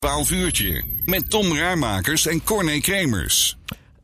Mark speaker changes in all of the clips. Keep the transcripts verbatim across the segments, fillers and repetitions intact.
Speaker 1: twaalf uurtje met Tom Raarmakers en Corné Kremers.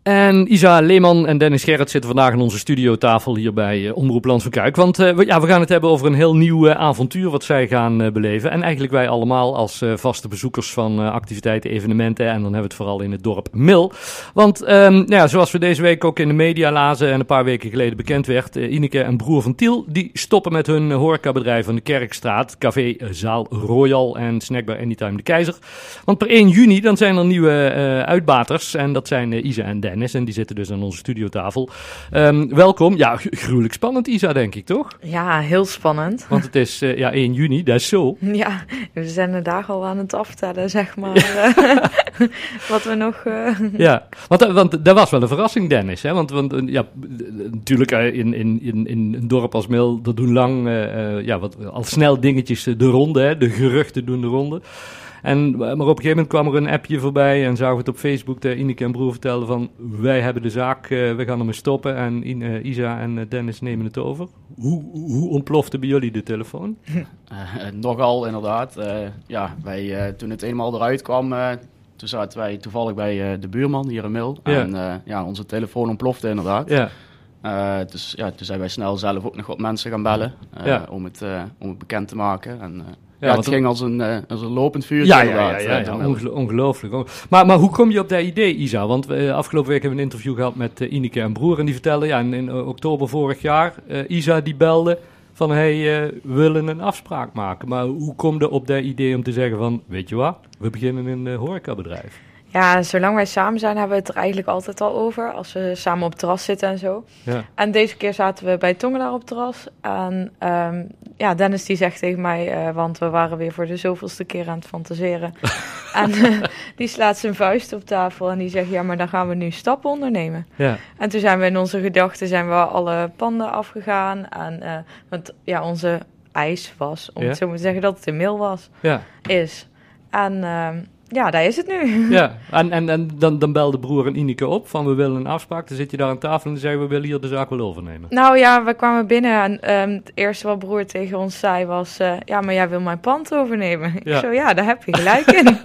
Speaker 2: En Isa Leeman en Dennis Gerrit zitten vandaag aan onze studiotafel hier bij uh, Omroep Land van Kuik. Want uh, we, ja, we gaan het hebben over een heel nieuw uh, avontuur wat zij gaan uh, beleven. En eigenlijk wij allemaal als uh, vaste bezoekers van uh, activiteiten, evenementen. En dan hebben we het vooral in het dorp Mil. Want um, ja, zoals we deze week ook in de media lazen en een paar weken geleden bekend werd. Uh, Ineke en Broer van Tiel, die stoppen met hun horecabedrijf aan de Kerkstraat. Café uh, Zaal Royal en Snackbar Anytime de Keizer. Want per één juni dan zijn er nieuwe uh, uitbaters. En dat zijn uh, Isa en Dennis. En die zitten dus aan onze studiotafel. Um, welkom. Ja, g- gruwelijk spannend, Isa, denk ik, toch?
Speaker 3: Ja, heel spannend.
Speaker 2: Want het is uh, ja, één juni, dat is zo.
Speaker 3: Ja, we zijn de dagen al aan het aftellen, zeg maar. uh, wat we nog... Uh...
Speaker 2: Ja, want, want dat was wel een verrassing, Dennis. Hè? Want, want ja, natuurlijk uh, in, in, in, in een dorp als Mil, dat doen lang uh, uh, ja, wat, al snel dingetjes de ronde. Hè? De geruchten doen de ronde. En, maar op een gegeven moment kwam er een appje voorbij en zagen we het op Facebook dat Ineke en Broer vertelden van wij hebben de zaak, uh, we gaan ermee stoppen en uh, Isa en uh, Dennis nemen het over. Hoe, hoe ontplofte bij jullie de telefoon?
Speaker 4: Uh, nogal inderdaad. Uh, ja, wij, uh, toen het eenmaal eruit kwam, uh, toen zaten wij toevallig bij uh, de buurman hier in Mil.
Speaker 2: Ja.
Speaker 4: En uh, ja, onze telefoon ontplofte inderdaad.
Speaker 2: Ja.
Speaker 4: Uh, dus ja, toen zijn wij snel zelf ook nog wat mensen gaan bellen uh,
Speaker 2: Ja.
Speaker 4: om, het, uh, om het bekend te maken. En, uh,
Speaker 2: Ja,
Speaker 4: ja,
Speaker 2: want
Speaker 4: het ging als een, uh, als een lopend vuurtje
Speaker 2: Ja, ja,
Speaker 4: inderdaad.
Speaker 2: ja, ja,
Speaker 4: uh,
Speaker 2: ja,
Speaker 4: door
Speaker 2: ongelo- ongelooflijk. Maar, maar hoe kom je op dat idee, Isa? Want uh, afgelopen week hebben we een interview gehad met uh, Ineke en Broer. En die vertelden, ja, in, in uh, oktober vorig jaar, uh, Isa die belde van, hey, uh, we willen een afspraak maken. Maar hoe kom je op dat idee om te zeggen van, weet je wat, we beginnen een uh, horecabedrijf?
Speaker 3: Ja, zolang wij samen zijn hebben we het er eigenlijk altijd al over. Als we samen op het terras zitten en zo.
Speaker 2: Ja.
Speaker 3: En deze keer zaten we bij Tongelaar op het terras. En um, ja, Dennis die zegt tegen mij, uh, want we waren weer voor de zoveelste keer aan het fantaseren. en uh, die slaat zijn vuist op tafel en die zegt, ja, maar dan gaan we nu stappen ondernemen.
Speaker 2: Ja.
Speaker 3: En toen zijn we in onze gedachten zijn we alle panden afgegaan. En, uh, want ja, onze eis was, om
Speaker 2: Ja.
Speaker 3: het zo maar te zeggen, dat het in Mil was,
Speaker 2: Ja.
Speaker 3: is. En uh, ja, daar is het nu.
Speaker 2: Ja, en, en, en dan, dan belde Broer en Ineke op van we willen een afspraak. Dan zit je daar aan tafel en dan zeggen we willen hier de zaak wel overnemen.
Speaker 3: Nou ja, we kwamen binnen en um, het eerste wat Broer tegen ons zei was, uh, ja, maar jij wil mijn pand overnemen.
Speaker 2: Ja.
Speaker 3: Ik zo, ja, daar heb je gelijk in.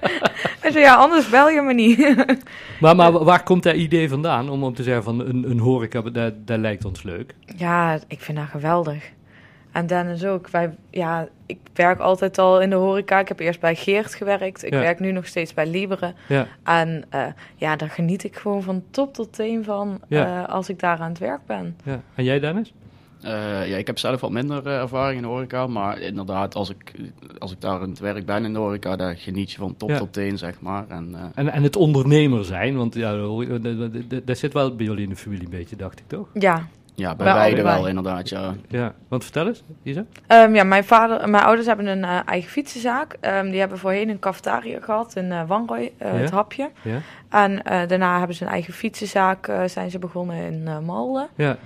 Speaker 3: Hij zo, ja, anders bel je me niet.
Speaker 2: Maar, maar waar komt dat idee vandaan om, om te zeggen van een, een horeca, dat, dat lijkt ons leuk?
Speaker 3: Ja, ik vind dat geweldig. En Dennis ook. Wij, ja, ik werk altijd al in de horeca. Ik heb eerst bij Geert gewerkt. Ik
Speaker 2: Ja.
Speaker 3: werk nu nog steeds bij Lieberen.
Speaker 2: Ja.
Speaker 3: En uh, ja, daar geniet ik gewoon van top tot teen van
Speaker 2: Ja.
Speaker 3: uh, als ik daar aan het werk ben.
Speaker 2: Ja. En jij, Dennis?
Speaker 4: Uh, ja, ik heb zelf wat minder uh, ervaring in de horeca, maar inderdaad, als ik, als ik daar aan het werk ben in de horeca, daar geniet je van top
Speaker 2: Ja.
Speaker 4: tot teen, zeg maar. En, uh,
Speaker 2: En, en het ondernemer zijn, want ja, dat- dat- dat- dat zit wel bij jullie in de familie een beetje, dacht ik toch?
Speaker 3: Ja,
Speaker 4: ja, bij
Speaker 3: Bij
Speaker 4: beide
Speaker 3: allebei.
Speaker 4: wel inderdaad, ja.
Speaker 2: Ja, want vertel eens, Isa.
Speaker 3: um, ja mijn, vader, mijn ouders hebben een uh, eigen fietsenzaak. Um, die hebben voorheen een cafetaria gehad in uh, Wanrooy, uh,
Speaker 2: Ja.
Speaker 3: het hapje.
Speaker 2: Ja.
Speaker 3: En uh, daarna hebben ze een eigen fietsenzaak, uh, zijn ze begonnen in uh, Malden.
Speaker 2: Ja,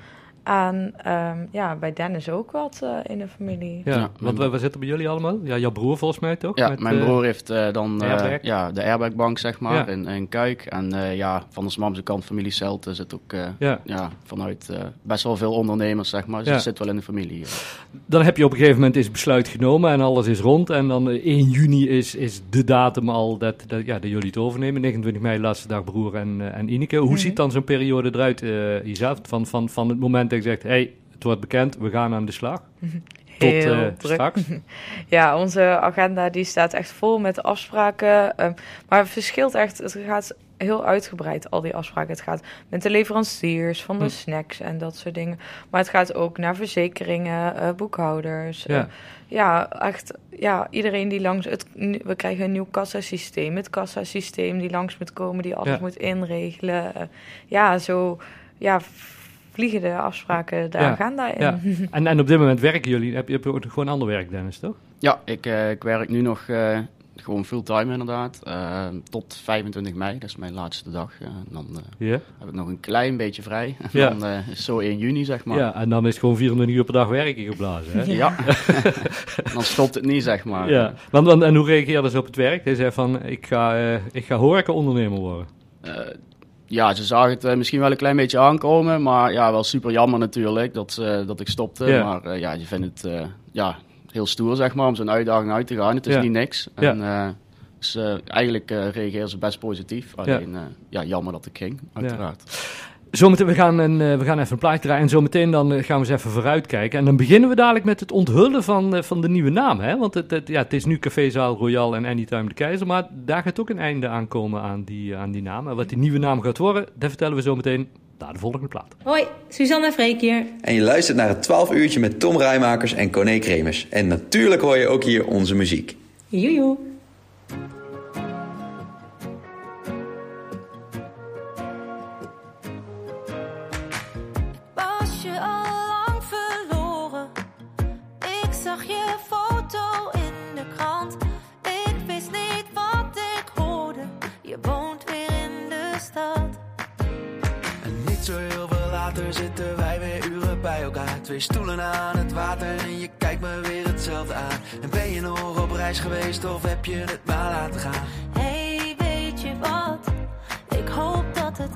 Speaker 3: En um, ja, bij Dennis ook wat uh, in de familie.
Speaker 2: ja.
Speaker 4: Ja,
Speaker 2: want
Speaker 4: mijn-
Speaker 2: waar, waar zitten bij jullie allemaal? Ja, jouw broer volgens mij toch?
Speaker 4: Ja,
Speaker 2: Met,
Speaker 4: mijn
Speaker 2: eh,
Speaker 4: broer heeft uh, dan uh,
Speaker 2: Airbag.
Speaker 4: ja, de airbagbank, zeg maar,
Speaker 2: Ja.
Speaker 4: in, in Kuik. En uh, ja, van de Smamse kant, familie Celte, zit ook uh,
Speaker 2: Ja.
Speaker 4: ja, vanuit uh, best wel veel ondernemers, zeg maar. Dus
Speaker 2: Ja.
Speaker 4: het zit wel in de familie. Uh.
Speaker 2: Dan heb je op een gegeven moment is het besluit genomen en alles is rond. En dan eh, één juni is, is de datum al dat, dat, ja, dat jullie het overnemen. negenentwintig mei, laatste dag Broer en, uh, en Ineke. Hoe
Speaker 3: Mhm.
Speaker 2: ziet dan zo'n periode eruit, uh, Isa? Van, van, van het moment dat je zegt, hey, het wordt bekend, we gaan aan de slag. Tot
Speaker 3: Heel
Speaker 2: uh,
Speaker 3: druk.
Speaker 2: straks.
Speaker 3: Ja, onze agenda die staat echt vol met afspraken. Um, maar het verschilt echt. Het gaat heel uitgebreid, al die afspraken. Het gaat met de leveranciers van de
Speaker 2: Hm.
Speaker 3: snacks en dat soort dingen. Maar het gaat ook naar verzekeringen, uh, boekhouders.
Speaker 2: Ja.
Speaker 3: Uh, ja, echt. Ja, iedereen die langs... Het, we krijgen een nieuw kassasysteem. Het kassasysteem die langs moet komen, die alles
Speaker 2: Ja.
Speaker 3: moet inregelen. Uh, ja, zo... Ja, vliegen de afspraken de
Speaker 2: Ja.
Speaker 3: agenda in.
Speaker 2: Ja. En, en op dit moment werken jullie, heb je, heb je ook gewoon ander werk, Dennis, toch?
Speaker 4: Ja, ik, uh, ik werk nu nog uh, gewoon fulltime inderdaad. Uh, tot vijfentwintig mei, dat is mijn laatste dag. Uh, dan uh,
Speaker 2: Ja.
Speaker 4: heb ik nog een klein beetje vrij.
Speaker 2: Ja.
Speaker 4: Dan uh, is zo één juni, zeg maar.
Speaker 2: Ja, en dan is het gewoon vierentwintig uur per dag werken geblazen, hè?
Speaker 4: Ja. Dan stopt het niet, zeg maar.
Speaker 2: Ja. Want, want, en hoe reageerde ze op het werk? Hij zei van, ik ga, uh, ik ga horeca-ondernemer worden.
Speaker 4: Uh, ja, ze zagen het uh, misschien wel een klein beetje aankomen, maar ja, wel super jammer natuurlijk dat, uh, dat ik stopte.
Speaker 2: Ja.
Speaker 4: Maar uh, ja, je vindt het uh, ja, heel stoer, zeg maar, om zo'n uitdaging uit te gaan. Het is
Speaker 2: Ja.
Speaker 4: niet niks.
Speaker 2: Ja.
Speaker 4: En, uh, Dus uh, eigenlijk uh, reageerden ze best positief. Alleen, ja. Uh, ja, jammer dat ik ging, uiteraard. Ja.
Speaker 2: Zometeen, we gaan, een, uh, we gaan even een plaatje draaien en zometeen dan uh, gaan we eens even vooruitkijken. En dan beginnen we dadelijk met het onthullen van, uh, van de nieuwe naam. Hè? Want het, het, ja, het is nu Cafézaal Royal en Anytime de Keizer. Maar daar gaat ook een einde aankomen aan die, uh, aan die naam. En wat die nieuwe naam gaat worden, dat vertellen we zometeen na de volgende plaat.
Speaker 5: Hoi, Suzanne Freek hier.
Speaker 6: En je luistert naar het twaalf uurtje met Tom Rijmakers en Corné Kremers. En natuurlijk hoor je ook hier onze muziek.
Speaker 5: Joejoe.
Speaker 7: Zitten wij weer uren bij elkaar. Twee stoelen aan het water en je kijkt me weer hetzelfde aan. En ben je nog op reis geweest of heb je het maar laten gaan?
Speaker 8: Hey, weet je wat? Ik hoop dat het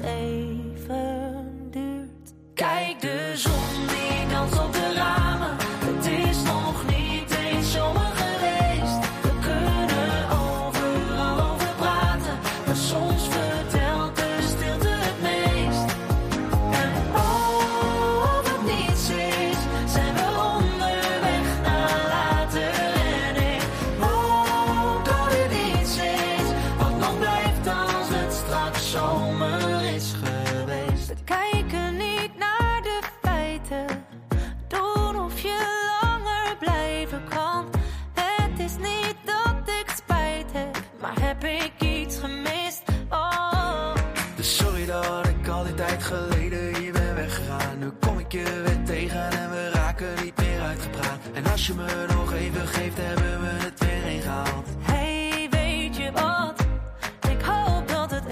Speaker 8: even duurt. Kijk de zon die danst op de ramen. Het is nog niet eens zomer geweest. We kunnen overal over praten, maar soms vertelt de stilte het meest. En oh, wat niets is, zijn we onderweg naar later. En ik hoop dat het iets is wat nog blijft als het straks zomer is geweest. We kijken niet naar de feiten, doen of je langer blijven kan. Het is niet dat ik spijt heb, maar heb ik iets gemist? Oh.
Speaker 7: Dus sorry dat ik al die tijd geleden hier ben weggegaan. Nu kom ik je weer tegen en we raken niet meer uitgepraat. En als je me nog even geeft, hebben we het weer ingehaald.
Speaker 8: Hey, weet je wat? Ik hoop dat het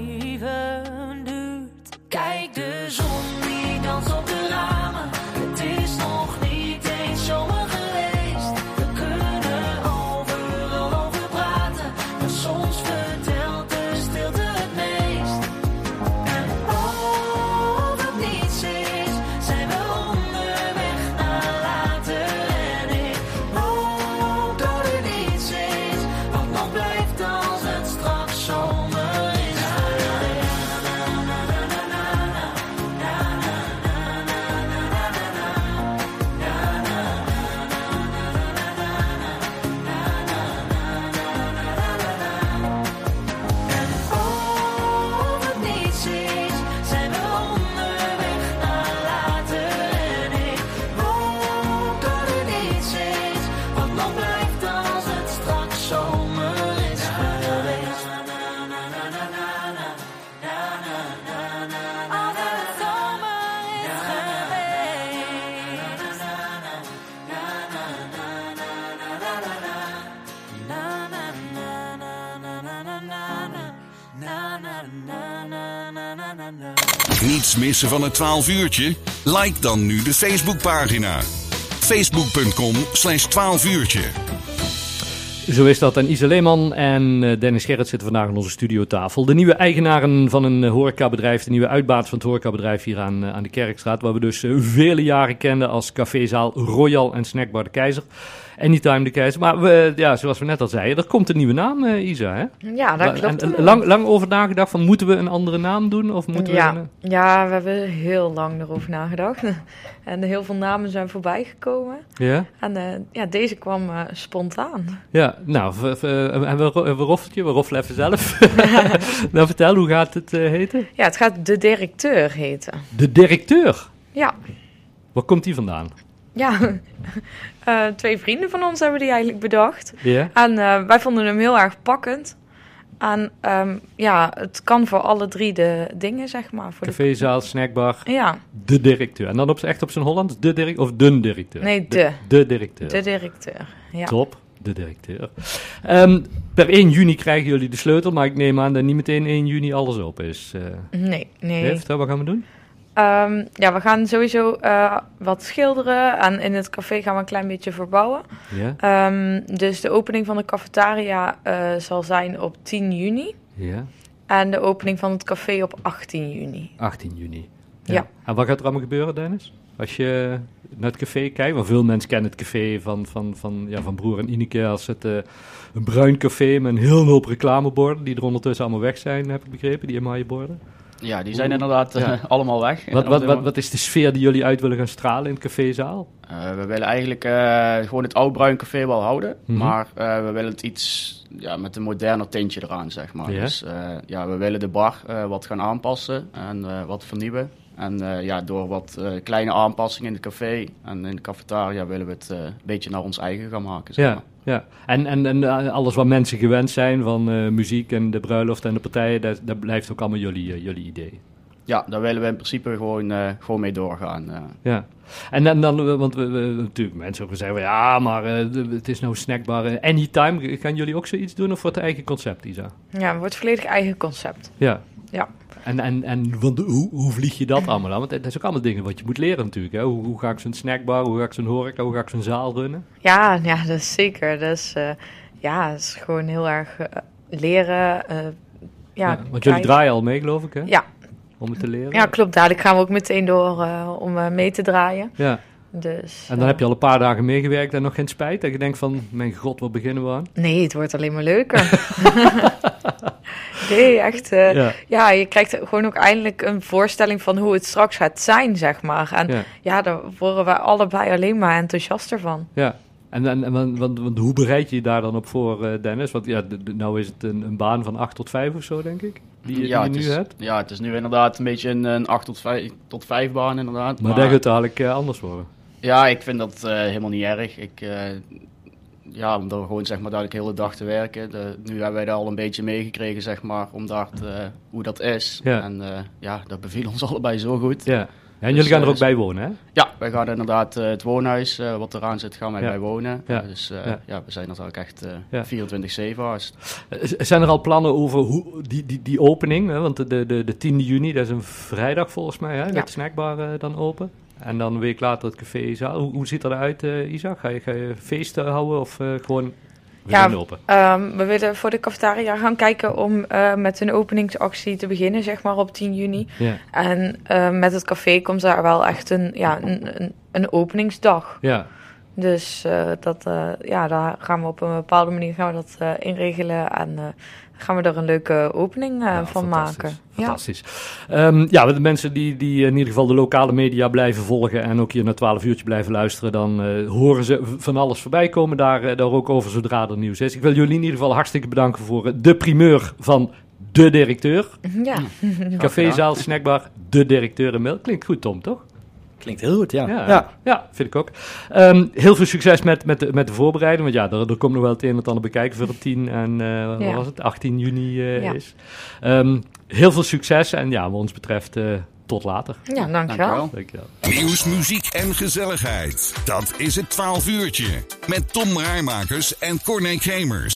Speaker 8: even duurt. Kijk de zon die danst op de ramen. Het is nog niet eens zomer geweest. We kunnen overal over praten, maar soms vertelt de stilte het meest. En oh, wat niets is, zijn we onderweg naar later. En ik hoop dat het iets is wat nog blijft als het straks zomer is. En oh, wat niets is, zijn we onderweg naar later. En ik hoop dat het iets is wat nog blijft als het straks zomer is geweest. Als het zomer is geweest.
Speaker 1: Niets missen van het twaalf uurtje? Like dan nu de Facebookpagina. Facebook.com slash twaalf uurtje.
Speaker 2: Zo is dat. En Isa Leeman en uh, Dennis Gerrit zitten vandaag aan onze studiotafel. De nieuwe eigenaren van een uh, horecabedrijf, de nieuwe uitbaat van het horecabedrijf hier aan, uh, aan de Kerkstraat, waar we dus uh, vele jaren kenden als Cafézaal Royal en Snackbar de Keizer. Anytime de Keizer. Maar we, ja, zoals we net al zeiden, er komt een nieuwe naam, uh, Isa, hè?
Speaker 3: Ja, dat klopt.
Speaker 2: En, en, lang, lang over nagedacht van, moeten we een andere naam doen? Of moeten
Speaker 3: ja.
Speaker 2: we een,
Speaker 3: ja, we hebben heel lang erover nagedacht. En heel veel namen zijn voorbij gekomen.
Speaker 2: Ja?
Speaker 3: En uh, ja, deze kwam uh, spontaan.
Speaker 2: Ja, nou, v- v- hebben we, we roffeltje? We roffelen even zelf. Nou, vertel, hoe gaat het uh, heten?
Speaker 3: Ja, het gaat De Directeur heten.
Speaker 2: De Directeur?
Speaker 3: Ja.
Speaker 2: Waar komt die vandaan?
Speaker 3: Ja, uh, twee vrienden van ons hebben die eigenlijk bedacht.
Speaker 2: Ja?
Speaker 3: En uh, wij vonden hem heel erg pakkend. En um, ja, het kan voor alle drie de dingen, zeg maar. Voor
Speaker 2: Cafézaal, snackbar,
Speaker 3: de... Ja.
Speaker 2: De Directeur. En dan op, echt op zijn Hollands, de directeur of de directeur?
Speaker 3: Nee, de.
Speaker 2: De, de Directeur.
Speaker 3: De Directeur, ja.
Speaker 2: Top, de Directeur. Um, per één juni krijgen jullie de sleutel, maar ik neem aan dat niet meteen één juni alles op is. Uh,
Speaker 3: nee, nee.
Speaker 2: nee vertel, wat gaan we doen?
Speaker 3: Um, ja, we gaan sowieso uh, wat schilderen en in het café gaan we een klein beetje verbouwen.
Speaker 2: Ja.
Speaker 3: Um, dus de opening van de cafetaria uh, zal zijn op tien juni.
Speaker 2: Ja.
Speaker 3: En de opening van het café op achttien juni.
Speaker 2: achttien juni. Ja.
Speaker 3: Ja.
Speaker 2: En wat gaat er allemaal gebeuren, Dennis? als je naar het café kijkt? Want veel mensen kennen het café van, van, van, ja, van Broer en Ineke als het uh, een bruin café met een heel hoop reclameborden die er ondertussen allemaal weg zijn, heb ik begrepen, die emailleborden.
Speaker 4: Ja, die zijn inderdaad uh, ja. allemaal weg.
Speaker 2: Wat, wat, wat, wat is de sfeer die jullie uit willen gaan stralen in het cafézaal?
Speaker 4: Uh, we willen eigenlijk uh, gewoon het oud bruin café wel houden,
Speaker 2: Mm-hmm.
Speaker 4: maar uh, we willen het iets ja, met een moderner tintje eraan, zeg maar.
Speaker 2: Ja?
Speaker 4: Dus uh, ja, we willen de bar uh, wat gaan aanpassen en uh, wat vernieuwen. En uh, ja, door wat uh, kleine aanpassingen in het café en in de cafetaria willen we het uh, een beetje naar ons eigen gaan maken. Zeg
Speaker 2: ja,
Speaker 4: maar.
Speaker 2: ja. En, en, en alles wat mensen gewend zijn van uh, muziek en de bruiloft en de partijen, dat, dat blijft ook allemaal jullie, uh, jullie idee.
Speaker 4: Ja, daar willen we in principe gewoon, uh, gewoon mee doorgaan. Uh.
Speaker 2: Ja. En dan, dan want we, we, natuurlijk mensen ook zeggen, ja, maar uh, het is nou snackbar. Uh, anytime, gaan jullie ook zoiets doen of wordt het eigen concept, Isa?
Speaker 3: Ja, het wordt volledig eigen concept.
Speaker 2: Ja.
Speaker 3: Ja.
Speaker 2: En, en, en want hoe, hoe vlieg je dat allemaal aan? Want dat is ook allemaal dingen wat je moet leren natuurlijk. Hè? Hoe, hoe ga ik zo'n snackbar, hoe ga ik zo'n horeca, hoe ga ik zo'n zaal runnen?
Speaker 3: Ja, ja, dat is zeker. Dat is, uh, ja, dat is gewoon heel erg uh, leren. Uh, ja,
Speaker 2: ja, want jullie draaien al mee, geloof ik, hè?
Speaker 3: Ja.
Speaker 2: Om het te leren?
Speaker 3: Ja, klopt. Dadelijk gaan we ook meteen door uh, om uh, mee te draaien.
Speaker 2: Ja.
Speaker 3: Dus,
Speaker 2: en dan uh, heb je al een paar dagen meegewerkt en nog geen spijt? Dat je denkt van, mijn god, waar beginnen we aan?
Speaker 3: Nee, het wordt alleen maar leuker. Nee, echt. Uh, ja. ja, je krijgt gewoon ook eindelijk een voorstelling van hoe het straks gaat zijn, zeg maar. En ja, ja daar worden wij allebei alleen maar enthousiaster van.
Speaker 2: Ja. En, en, en want, want, want hoe bereid je je daar dan op voor, uh, Dennis? Want ja, de, de, nou is het een, een baan van acht tot vijf of zo, denk ik, die,
Speaker 4: ja,
Speaker 2: die je nu
Speaker 4: is,
Speaker 2: hebt.
Speaker 4: Ja, het is nu inderdaad een beetje een, een acht tot vijf baan, inderdaad.
Speaker 2: Maar, maar dat gaat dadelijk uh, anders worden.
Speaker 4: Ja, ik vind dat uh, helemaal niet erg. Ik, uh, ja, om daar gewoon, zeg maar, dadelijk de hele dag te werken. De, nu hebben wij daar al een beetje meegekregen, zeg maar, om daar te, hoe dat is.
Speaker 2: Ja.
Speaker 4: En uh, ja, dat beviel ons allebei zo goed.
Speaker 2: Ja. Ja, en dus, jullie gaan er ook uh, bij wonen, hè?
Speaker 4: Ja, wij gaan inderdaad uh, het woonhuis uh, wat eraan zit, gaan wij ja. bij wonen.
Speaker 2: Ja.
Speaker 4: Uh, dus uh, ja. ja, we zijn natuurlijk echt uh,
Speaker 2: ja.
Speaker 4: vierentwintig zeven haast.
Speaker 2: Uh, zijn er al plannen over hoe, die, die, die opening? Hè? Want de, de, de tiende juni, dat is een vrijdag volgens mij, hè? Ja. Dat de snackbar uh, dan open. En dan een week later het café zaal. Hoe, hoe ziet dat eruit, uh, Isa? Ga je, ga je feesten houden of uh, gewoon... We
Speaker 3: ja,
Speaker 2: open.
Speaker 3: Um, we willen voor de cafetaria gaan kijken om uh, met een openingsactie te beginnen, zeg maar, op tien juni.
Speaker 2: Ja.
Speaker 3: En uh, met het café komt daar wel echt een, ja, een, een, een openingsdag.
Speaker 2: Ja.
Speaker 3: Dus uh, dat, uh, ja, daar gaan we op een bepaalde manier gaan we dat uh, inregelen en uh, gaan we er een leuke opening uh, ja, van maken.
Speaker 2: Fantastisch. Ja, um, ja de mensen die, die in ieder geval de lokale media blijven volgen en ook hier naar twaalf uurtje blijven luisteren, dan uh, horen ze van alles voorbij komen daar, uh, daar ook over zodra er nieuws is. Ik wil jullie in ieder geval hartstikke bedanken voor uh, de primeur van de directeur.
Speaker 3: Ja.
Speaker 2: Cafézaal, snackbar, de directeur en mail. Klinkt goed, Tom, toch?
Speaker 9: Klinkt heel goed, ja.
Speaker 2: Ja, ja. ja vind ik ook. Um, heel veel succes met, met, de, met de voorbereiding. Want ja, er, er komt nog wel het een en het ander bekijken voor het tien en uh, wat ja. was het? achttien juni uh, ja. is. Um, heel veel succes en ja, wat ons betreft uh, tot later.
Speaker 3: Ja, dankjewel.
Speaker 2: dankjewel.
Speaker 1: Nieuws, muziek en gezelligheid. Dat is het twaalf uurtje. Met Tom Rijmakers en Corné Kremers.